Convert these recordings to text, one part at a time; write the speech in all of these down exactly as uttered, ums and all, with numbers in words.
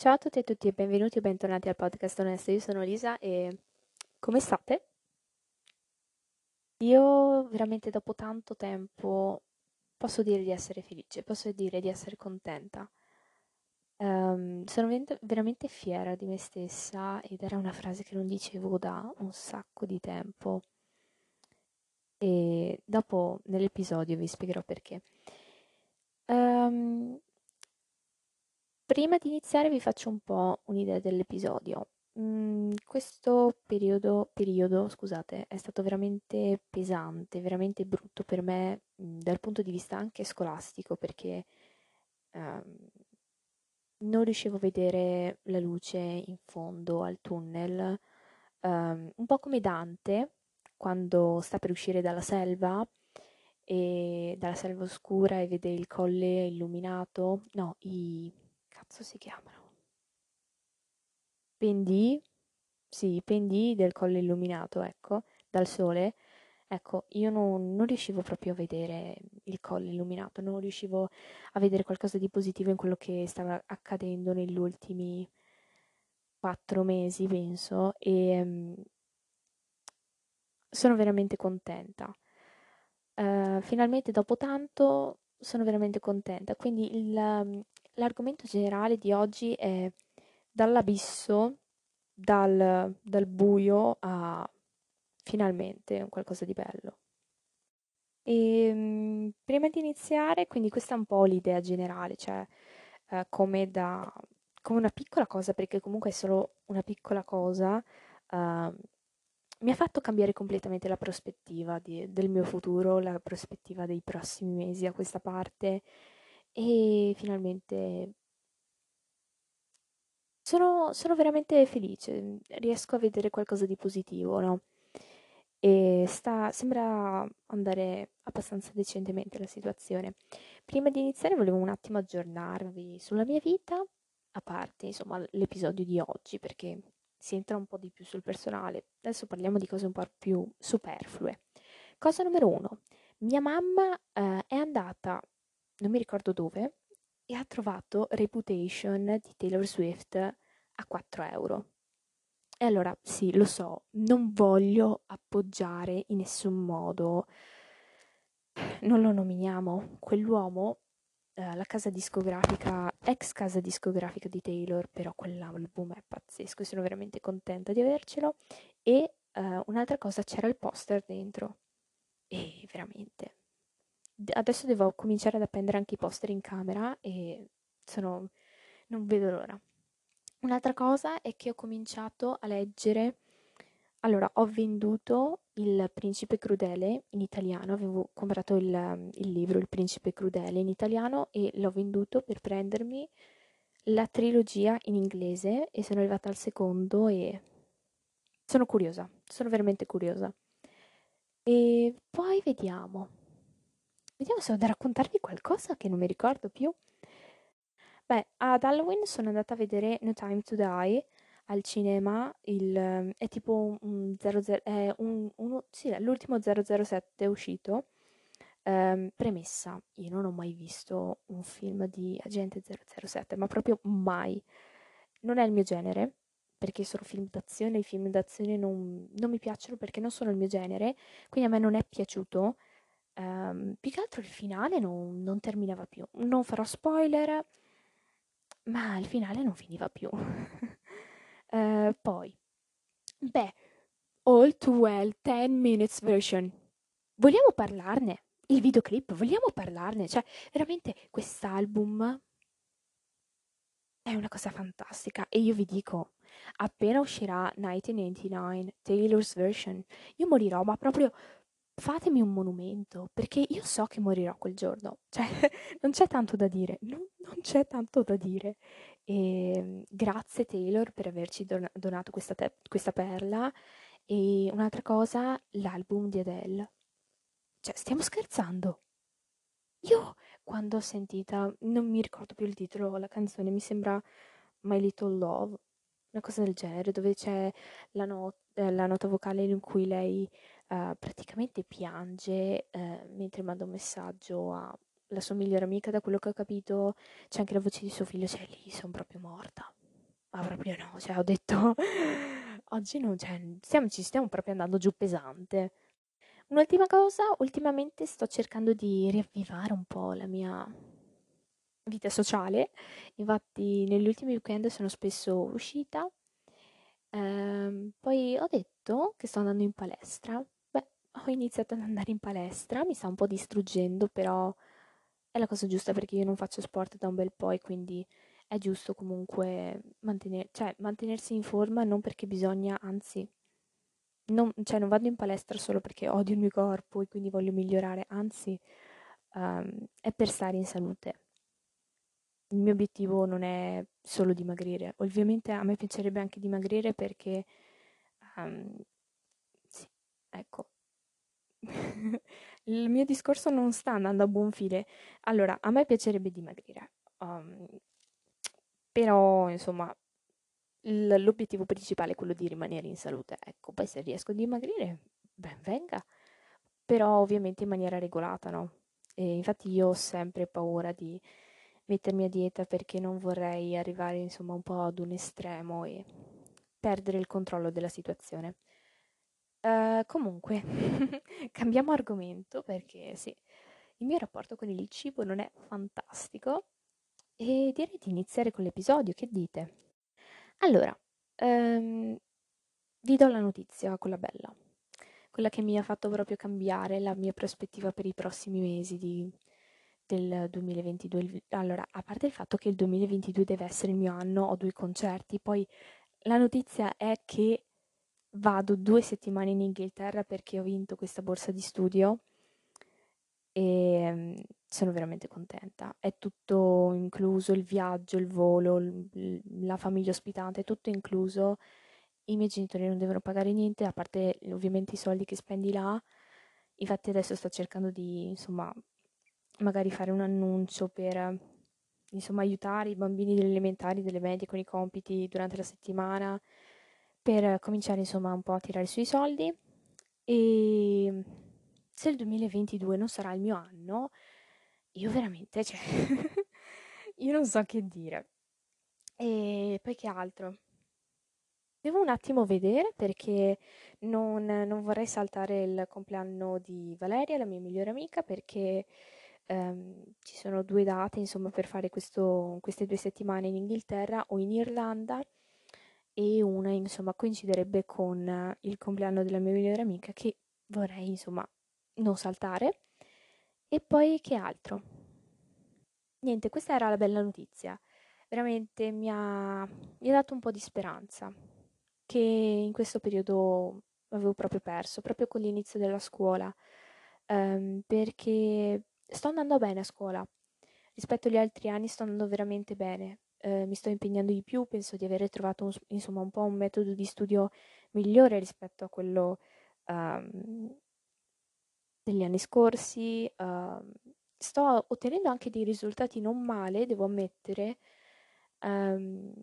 Ciao a tutte e tutti e benvenuti o bentornati al podcast Onesto. Io sono Lisa e come state? Io veramente dopo tanto tempo posso dire di essere felice, posso dire di essere contenta. Ehm, sono vent- veramente fiera di me stessa ed era una frase che non dicevo da un sacco di tempo e dopo nell'episodio vi spiegherò perché. Ehm, Prima di iniziare vi faccio un po' un'idea dell'episodio. Mm, questo periodo, periodo, scusate, è stato veramente pesante, veramente brutto per me, mm, dal punto di vista anche scolastico, perché ehm, non riuscivo a vedere la luce in fondo al tunnel, ehm, un po' come Dante quando sta per uscire dalla selva e dalla selva oscura e vede il colle illuminato. No, i... cazzo si chiamano? Pendii, sì, i pendii del Colle Illuminato, ecco, dal sole. Ecco, io non, non riuscivo proprio a vedere il Colle Illuminato, non riuscivo a vedere qualcosa di positivo in quello che stava accadendo negli ultimi quattro mesi, penso, e mm, sono veramente contenta. Eh, finalmente, dopo tanto, sono veramente contenta. Quindi il, mm, l'argomento generale di oggi è dall'abisso, dal, dal buio a finalmente un qualcosa di bello. E mm, prima di iniziare, quindi questa è un po' l'idea generale, cioè eh, come da, come una piccola cosa, perché comunque è solo una piccola cosa, eh, mi ha fatto cambiare completamente la prospettiva di- del mio futuro, la prospettiva dei prossimi mesi a questa parte e finalmente sono, sono veramente felice, riesco a vedere qualcosa di positivo, no? E sta, sembra andare abbastanza decentemente la situazione. Prima di iniziare volevo un attimo aggiornarvi sulla mia vita, a parte insomma l'episodio di oggi, perché si entra un po' di più sul personale. Adesso parliamo di cose un po' più superflue. Cosa numero uno. Mia mamma eh, è andata, non mi ricordo dove, e ha trovato Reputation di Taylor Swift a quattro euro. E allora, sì, lo so, non voglio appoggiare in nessun modo, non lo nominiamo, quell'uomo, eh, la casa discografica, ex casa discografica di Taylor, però quell'album è pazzesco, sono veramente contenta di avercelo. E eh, un'altra cosa, c'era il poster dentro. E veramente. D- Adesso devo cominciare ad appendere anche i poster in camera e sono... non vedo l'ora. Un'altra cosa è che ho cominciato a leggere, allora ho venduto Il Principe Crudele in italiano, avevo comprato il, um, il libro Il Principe Crudele in italiano e l'ho venduto per prendermi la trilogia in inglese e sono arrivata al secondo e sono curiosa, sono veramente curiosa. E poi vediamo, vediamo se ho da raccontarvi qualcosa che non mi ricordo più. Beh, ad Halloween sono andata a vedere No Time to Die al cinema, il, ehm, è tipo un, un zero zero, è un, uno, sì, è l'ultimo zero zero sette uscito. Ehm, premessa, io non ho mai visto un film di Agente zero zero sette, ma proprio mai. Non è il mio genere, perché sono film d'azione, i film d'azione non, non mi piacciono perché non sono il mio genere, quindi a me non è piaciuto. Ehm, più che altro il finale non, non terminava più. Non farò spoiler, ma il finale non finiva più. Eh, poi, beh, All Too Well dieci minutes version. Vogliamo parlarne? Il videoclip, vogliamo parlarne? Cioè, veramente quest'album è una cosa fantastica e io vi dico, appena uscirà millenovecentonovantanove, Taylor's version, io morirò, ma proprio fatemi un monumento, perché io so che morirò quel giorno. Cioè, non c'è tanto da dire, non, non c'è tanto da dire. E grazie Taylor per averci don- donato questa, te- questa perla. E un'altra cosa, l'album di Adele. Cioè, stiamo scherzando? Io quando ho sentita, non mi ricordo più il titolo, la canzone, mi sembra My Little Love, una cosa del genere, dove c'è la, no- eh, la nota vocale in cui lei eh, praticamente piange eh, mentre manda un messaggio alla sua migliore amica, da quello che ho capito c'è anche la voce di suo figlio, cioè lì sono proprio morta. ma proprio no, cioè ho detto oggi non, cioè, stiamo, ci stiamo proprio andando giù pesante. Un'ultima cosa, ultimamente sto cercando di riavvivare un po' la mia vita sociale, infatti negli ultimi weekend sono spesso uscita. Ehm, poi ho detto che sto andando in palestra. Beh, ho iniziato ad andare in palestra, mi sta un po' distruggendo, però è la cosa giusta perché io non faccio sport da un bel po' e quindi è giusto comunque mantener- cioè, mantenersi in forma, non perché bisogna, anzi, non, cioè, non vado in palestra solo perché odio il mio corpo e quindi voglio migliorare, anzi, ehm, è per stare in salute. Il mio obiettivo non è solo dimagrire. Ovviamente a me piacerebbe anche dimagrire perché, ehm, sì, ecco, il mio discorso non sta andando a buon fine. Allora, a me piacerebbe dimagrire, um, però insomma l- l'obiettivo principale è quello di rimanere in salute. Ecco, poi se riesco a dimagrire, ben venga, però ovviamente in maniera regolata, no? E infatti io ho sempre paura di mettermi a dieta perché non vorrei arrivare insomma un po' ad un estremo e perdere il controllo della situazione. Eh, comunque, cambiamo argomento perché sì, il mio rapporto con il cibo non è fantastico e direi di iniziare con l'episodio, che dite? Allora, ehm, vi do la notizia, quella bella, quella che mi ha fatto proprio cambiare la mia prospettiva per i prossimi mesi di- del duemilaventidue. Il- Allora, a parte il fatto che il duemilaventidue deve essere il mio anno, ho due concerti, poi la notizia è che vado due settimane in Inghilterra perché ho vinto questa borsa di studio e mm, sono veramente contenta. È tutto incluso, il viaggio, il volo, il- il- la famiglia ospitante, è tutto incluso. I miei genitori non devono pagare niente, a parte ovviamente i soldi che spendi là. Infatti adesso sto cercando di, insomma, magari fare un annuncio per, insomma, aiutare i bambini delle elementari, delle medie con i compiti durante la settimana, per cominciare, insomma, un po' a tirare sui soldi. E se il duemilaventidue non sarà il mio anno, io veramente, cioè, io non so che dire. E poi che altro? Devo un attimo vedere perché non, non vorrei saltare il compleanno di Valeria, la mia migliore amica, perché ehm, ci sono due date, insomma, per fare questo- queste due settimane in Inghilterra o in Irlanda e una, insomma, coinciderebbe con eh, il compleanno della mia migliore amica che vorrei, insomma, non saltare. E poi che altro? Niente, questa era la bella notizia. Veramente mi ha, mi ha dato un po' di speranza, che in questo periodo avevo proprio perso, proprio con l'inizio della scuola, ehm, perché sto andando bene a scuola. Rispetto agli altri anni sto andando veramente bene. Eh, mi sto impegnando di più, penso di aver trovato un s- insomma un po' un metodo di studio migliore rispetto a quello ehm, degli anni scorsi. Ehm, sto ottenendo anche dei risultati non male, devo ammettere, ehm,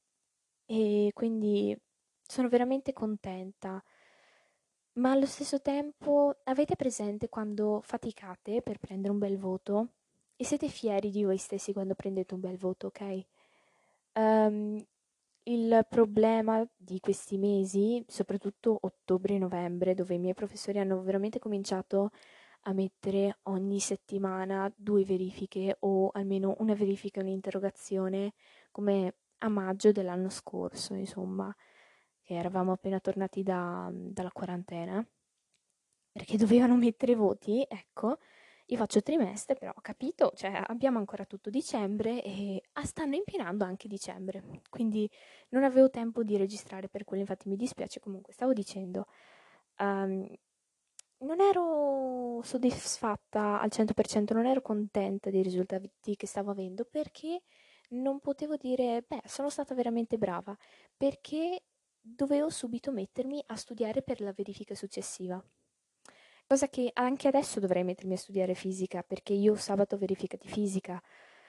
e quindi sono veramente contenta. Ma allo stesso tempo, avete presente quando faticate per prendere un bel voto e siete fieri di voi stessi quando prendete un bel voto, ok? Ehm, il problema di questi mesi, soprattutto ottobre e novembre, dove i miei professori hanno veramente cominciato a mettere ogni settimana due verifiche o almeno una verifica e un'interrogazione, come a maggio dell'anno scorso, insomma, che eravamo appena tornati da- dalla quarantena, perché dovevano mettere voti, ecco. Io faccio trimestre, però ho capito, cioè abbiamo ancora tutto dicembre e ah, stanno impinando anche dicembre, quindi non avevo tempo di registrare per quello, infatti mi dispiace. Comunque, stavo dicendo, ehm, non ero soddisfatta al cento per cento, non ero contenta dei risultati che stavo avendo perché non potevo dire, beh, sono stata veramente brava, perché dovevo subito mettermi a studiare per la verifica successiva. Cosa che anche adesso dovrei mettermi a studiare fisica, perché io sabato ho verifica di fisica.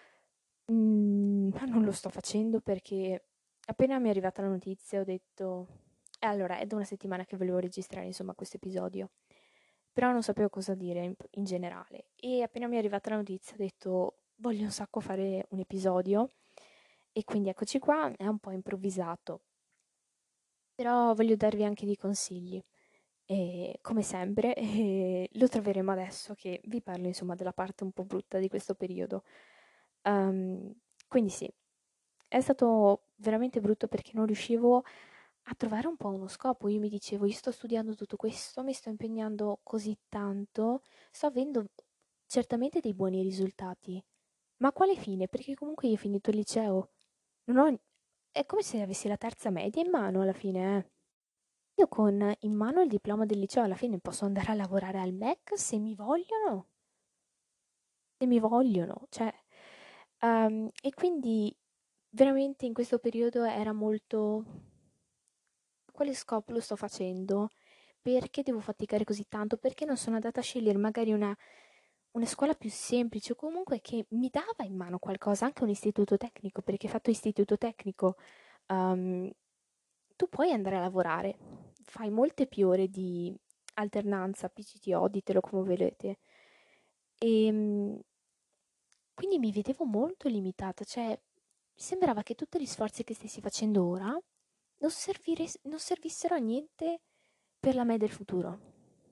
Mm, ma non lo sto facendo perché appena mi è arrivata la notizia ho detto, e allora è da una settimana che volevo registrare insomma questo episodio, però non sapevo cosa dire in, in generale. E appena mi è arrivata la notizia ho detto, voglio un sacco fare un episodio E quindi eccoci qua, è un po' improvvisato, però voglio darvi anche dei consigli. E come sempre, eh, lo troveremo adesso che vi parlo insomma della parte un po' brutta di questo periodo. Ehm, quindi sì, è stato veramente brutto perché non riuscivo a trovare un po' uno scopo. Io mi dicevo, io sto studiando tutto questo, mi sto impegnando così tanto, sto avendo certamente dei buoni risultati, ma a quale fine? Perché comunque io ho finito il liceo, non ho... è come se avessi la terza media in mano alla fine, eh. Io con in mano il diploma del liceo alla fine posso andare a lavorare al MEC se mi vogliono, se mi vogliono, cioè, ehm, e quindi veramente in questo periodo era molto, quale scopo lo sto facendo? Perché devo faticare così tanto? Perché non sono andata a scegliere magari una, una scuola più semplice o comunque che mi dava in mano qualcosa, anche un istituto tecnico, perché fatto istituto tecnico, ehm, tu puoi andare a lavorare, fai molte più ore di alternanza, P C T O, ditelo come volete. E quindi mi vedevo molto limitata, cioè mi sembrava che tutti gli sforzi che stessi facendo ora non, servire- non servissero a niente per la me del futuro.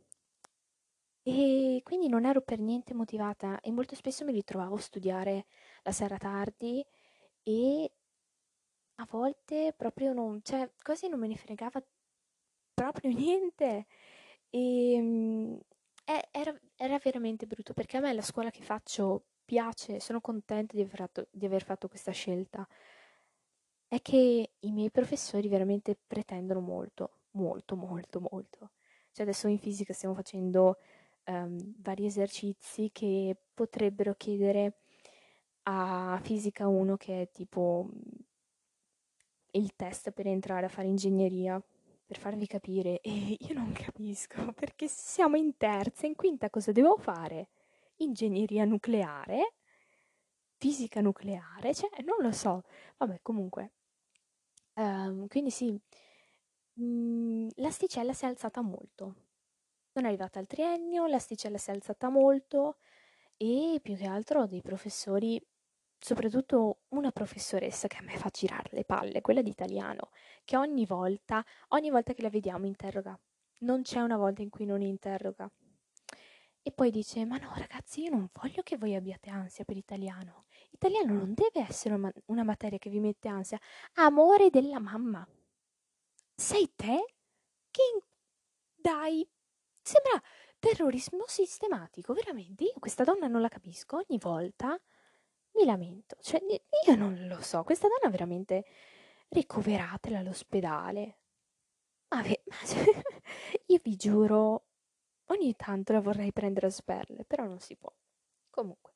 E quindi non ero per niente motivata e molto spesso mi ritrovavo a studiare la sera tardi e a volte proprio non, cioè quasi non me ne fregava proprio niente. E mm, è- era, era veramente brutto perché a me la scuola che faccio piace, sono contenta di aver fatto, di aver fatto questa scelta. È che i miei professori veramente pretendono molto, molto, molto, molto. Cioè adesso in fisica stiamo facendo ehm, vari esercizi che potrebbero chiedere a Fisica uno, che è tipo mm, il test per entrare a fare ingegneria, per farvi capire. E io non capisco, perché se siamo in terza, in quinta cosa devo fare? Ingegneria nucleare? Fisica nucleare? Cioè, non lo so. Vabbè, comunque. Ehm, quindi sì, mm, l'asticella si è alzata molto. Sono arrivata al triennio, l'asticella si è alzata molto e più che altro ho dei professori, soprattutto una professoressa che a me fa girare le palle, quella di italiano, che ogni volta, ogni volta che la vediamo interroga. Non c'è una volta in cui non interroga. E poi dice: Ma no, ragazzi, io non voglio che voi abbiate ansia per italiano. Italiano non deve essere una, ma- una materia che vi mette ansia. Amore della mamma. Sei te? Che in- Dai, sembra terrorismo sistematico, veramente. Io questa donna non la capisco, ogni volta mi lamento. Cioè, i- io non lo so, questa donna veramente ricoveratela all'ospedale. Ma, ve- ma io vi giuro, ogni tanto la vorrei prendere a sberle, però non si può. Comunque.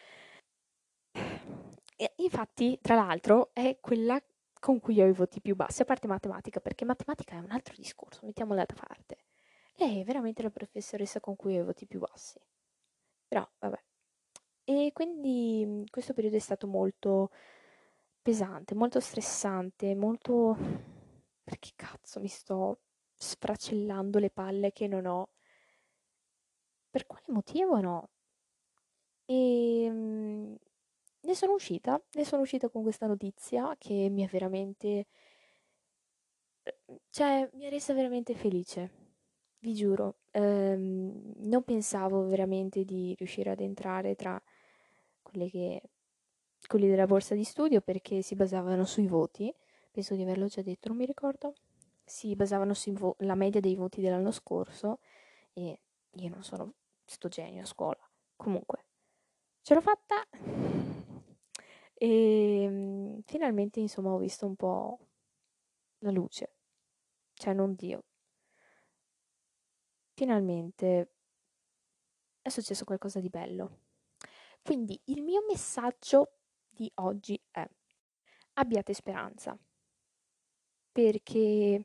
E infatti, tra l'altro, è quella con cui ho i voti più bassi, a parte matematica, perché matematica è un altro discorso, mettiamola da parte. Lei è veramente la professoressa con cui ho i voti più bassi. Però, vabbè. E quindi mh, questo periodo è stato molto pesante, molto stressante, molto... Perché cazzo mi sto sfracellando le palle che non ho? Per quale motivo no? E mm, ne sono uscita, ne sono uscita con questa notizia che mi ha veramente, cioè, mi ha resa veramente felice, vi giuro. Ehm, non pensavo veramente di riuscire ad entrare tra quelle che, quelli della borsa di studio perché si basavano sui voti, penso di averlo già detto, non mi ricordo. Si basavano sulla media dei voti dell'anno scorso e io non sono sto genio a scuola. Comunque, ce l'ho fatta e mm, finalmente, insomma, ho visto un po' la luce, cioè non Dio. Finalmente è successo qualcosa di bello. Quindi il mio messaggio di oggi è: abbiate speranza, perché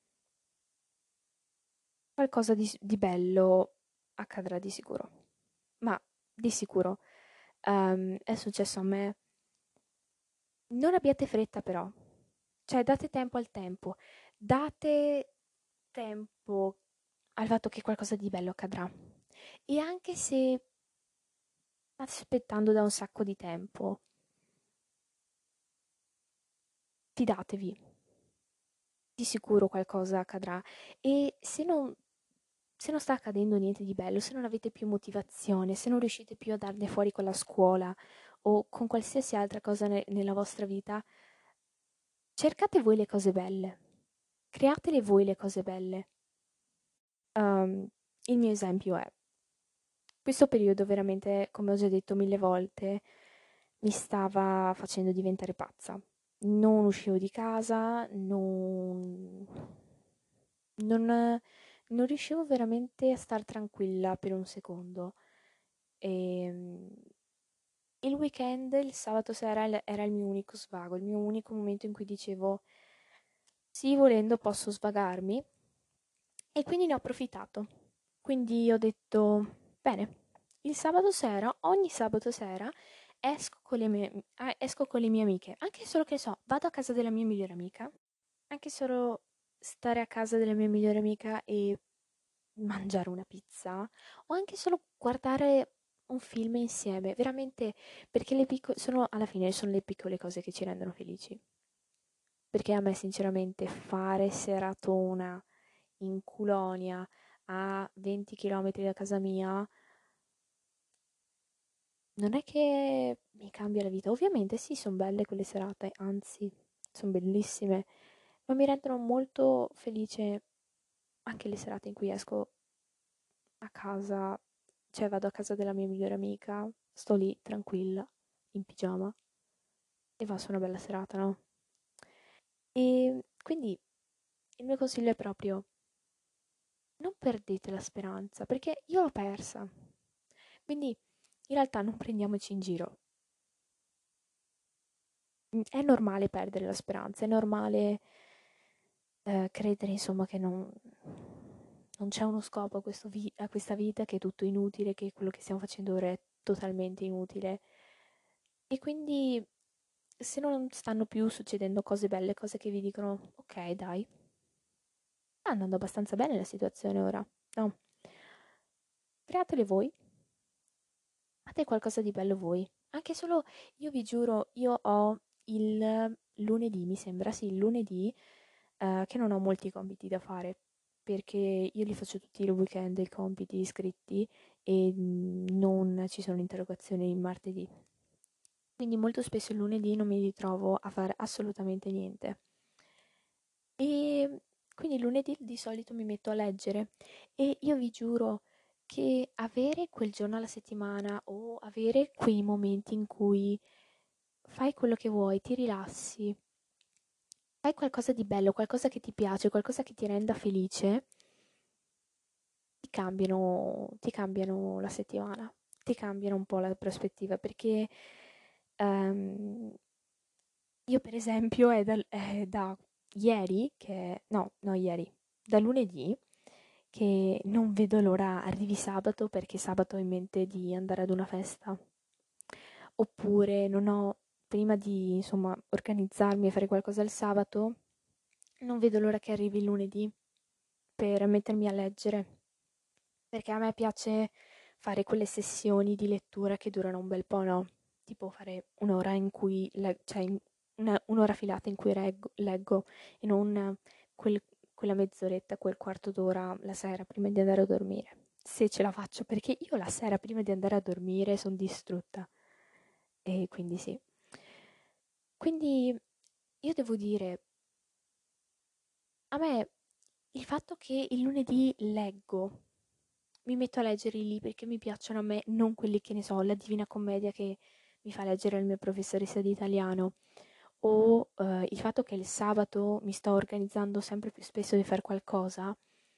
qualcosa di, di bello accadrà di sicuro. Ma di sicuro. Ehm, è successo a me. Non abbiate fretta però, cioè date tempo al tempo, date tempo al fatto che qualcosa di bello accadrà. E anche se state aspettando da un sacco di tempo, fidatevi, di sicuro qualcosa accadrà. E se non, se non sta accadendo niente di bello, se non avete più motivazione, se non riuscite più a darne fuori con la scuola o con qualsiasi altra cosa ne- nella vostra vita, cercate voi le cose belle, createle voi le cose belle. Ehm, il mio esempio è, questo periodo veramente, come ho già detto mille volte, mi stava facendo diventare pazza. Non uscivo di casa, non, non, non riuscivo veramente a star tranquilla per un secondo. E, il weekend, il sabato sera, el- era il mio unico svago, il mio unico momento in cui dicevo, sì, volendo posso svagarmi. E quindi ne ho approfittato. Quindi ho detto, bene, il sabato sera, ogni sabato sera, esco con le mie, ah, esco con le mie amiche, anche solo che so, vado a casa della mia migliore amica, anche solo stare a casa della mia migliore amica e mangiare una pizza, o anche solo guardare un film insieme, veramente, perché le piccole, sono, alla fine sono le piccole cose che ci rendono felici. Perché a me, sinceramente, fare seratona in Culonia a venti chilometri da casa mia non è che mi cambia la vita. Ovviamente sì, sono belle quelle serate, anzi, sono bellissime, ma mi rendono molto felice anche le serate in cui esco a casa, cioè vado a casa della mia migliore amica, sto lì tranquilla, in pigiama e va su una bella serata, no? E quindi il mio consiglio è proprio non perdete la speranza, perché io l'ho persa. Quindi in realtà non prendiamoci in giro. Mm, È normale perdere la speranza, è normale eh, credere insomma che non, non c'è uno scopo a, questo vi- a questa vita, che è tutto inutile, che quello che stiamo facendo ora è totalmente inutile. E quindi se non stanno più succedendo cose belle, cose che vi dicono, ok, dai, sta andando abbastanza bene la situazione ora, no? Createle voi, fate qualcosa di bello voi. Anche solo, io vi giuro, io ho il lunedì, mi sembra, sì, il lunedì, eh, che non ho molti compiti da fare, perché io li faccio tutti il weekend, i compiti scritti, e mm, non ci sono interrogazioni il martedì. Quindi molto spesso il lunedì non mi ritrovo a fare assolutamente niente. E quindi il lunedì di solito mi metto a leggere e io vi giuro che avere quel giorno alla settimana o avere quei momenti in cui fai quello che vuoi, ti rilassi, fai qualcosa di bello, qualcosa che ti piace, qualcosa che ti renda felice, ti cambiano, ti cambiano la settimana, ti cambiano un po' la prospettiva perché ehm, io per esempio è, dal- è da ieri che, no, no ieri, da lunedì che non vedo l'ora arrivi sabato perché sabato ho in mente di andare ad una festa. Oppure non ho, prima di insomma organizzarmi e fare qualcosa il sabato, non vedo l'ora che arrivi il lunedì per mettermi a leggere. Perché a me piace fare quelle sessioni di lettura che durano un bel po', no? Tipo fare un'ora in cui, le- cioè in- una- un'ora filata in cui reggo- leggo e non quel- quella mezz'oretta, quel quarto d'ora la sera prima di andare a dormire. Se ce la faccio, perché io la sera prima di andare a dormire sono distrutta. E quindi sì. Quindi io devo dire, a me il fatto che il lunedì leggo, mi metto a leggere i libri che mi piacciono a me, non quelli che ne so, la Divina Commedia che mi fa leggere il mio professoressa di italiano, o eh, il fatto che il sabato mi sto organizzando sempre più spesso di fare qualcosa,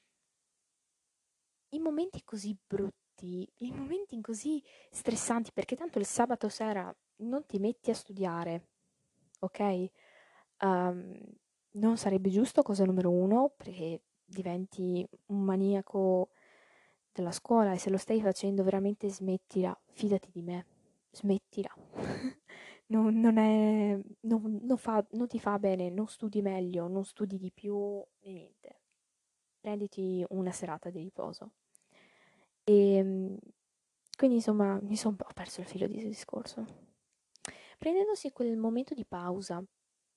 in momenti così brutti, in momenti così stressanti, perché tanto il sabato sera non ti metti a studiare, ok? Ehm, non sarebbe giusto, cosa numero uno, perché diventi un maniaco della scuola e se lo stai facendo veramente smettila, fidati di me, smettila. Non, non è, non, non fa- non ti fa bene, non studi meglio, non studi di più, né niente. Prenditi una serata di riposo. E quindi insomma mi sono ho perso il filo di discorso. Prendendosi quel momento di pausa,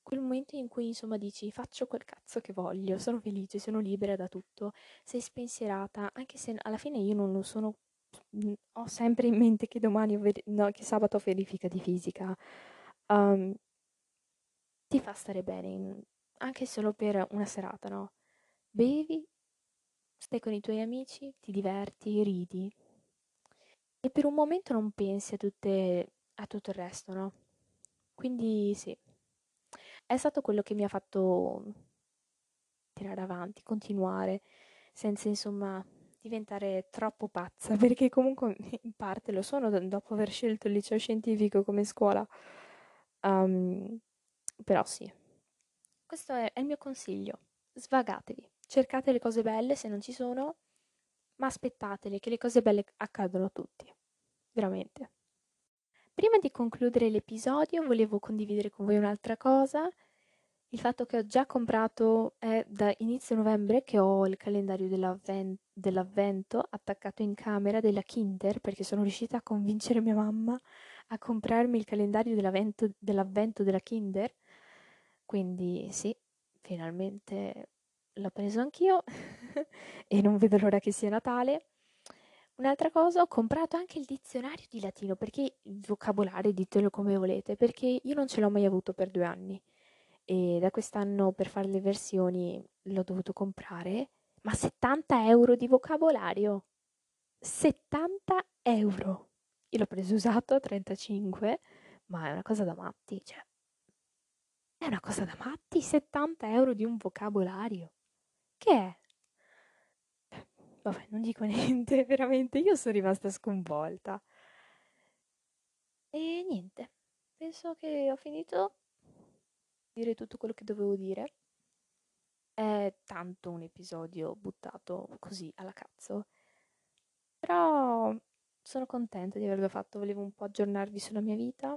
quel momento in cui insomma dici faccio quel cazzo che voglio, sono felice, sono libera da tutto, sei spensierata, anche se alla fine io non lo sono, mm, ho sempre in mente che domani, ho ver- no, che sabato ho verifica di fisica. Um, Ti fa stare bene, in- anche solo per una serata, no? Bevi, stai con i tuoi amici, ti diverti, ridi e per un momento non pensi a tutte, a tutto il resto, no? Quindi sì, è stato quello che mi ha fatto tirare avanti, continuare, senza insomma diventare troppo pazza, perché comunque in parte lo sono do- dopo aver scelto il liceo scientifico come scuola. Um, Però sì, questo è, è il mio consiglio. Svagatevi, cercate le cose belle se non ci sono, ma aspettatele che le cose belle accadono a tutti, veramente. Prima di concludere l'episodio, volevo condividere con voi un'altra cosa. Il fatto che ho già comprato è da inizio novembre che ho il calendario dell'avven- dell'avvento attaccato in camera della Kinder perché sono riuscita a convincere mia mamma a comprarmi il calendario dell'avvento, dell'avvento della Kinder. Quindi sì, finalmente l'ho preso anch'io e non vedo l'ora che sia Natale. Un'altra cosa, ho comprato anche il dizionario di latino, perché il vocabolario, ditelo come volete, perché io non ce l'ho mai avuto per due anni e da quest'anno per fare le versioni l'ho dovuto comprare, ma settanta euro di vocabolario! settanta euro! Io l'ho preso usato a trentacinque, ma è una cosa da matti, cioè, è una cosa da matti, settanta euro di un vocabolario. Che è? Vabbè, non dico niente, veramente, io sono rimasta sconvolta. E niente, penso che ho finito di dire tutto quello che dovevo dire. È tanto un episodio buttato così alla cazzo, però sono contenta di averlo fatto, volevo un po' aggiornarvi sulla mia vita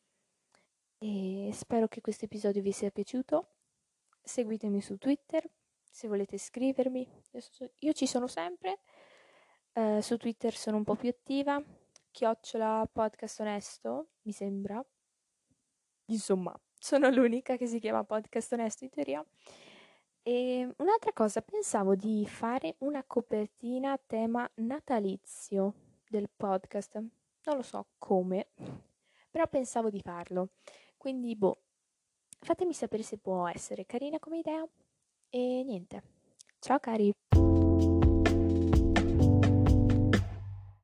e spero che questo episodio vi sia piaciuto. Seguitemi su Twitter se volete scrivermi, io, so- io ci sono sempre. Eh, su Twitter sono un po' più attiva, chiocciola podcast onesto, mi sembra. Insomma, sono l'unica che si chiama podcast onesto in teoria. E un'altra cosa, pensavo di fare una copertina a tema natalizio del podcast. Non lo so come, però pensavo di farlo. Quindi, boh, fatemi sapere se può essere carina come idea. E niente. Ciao cari!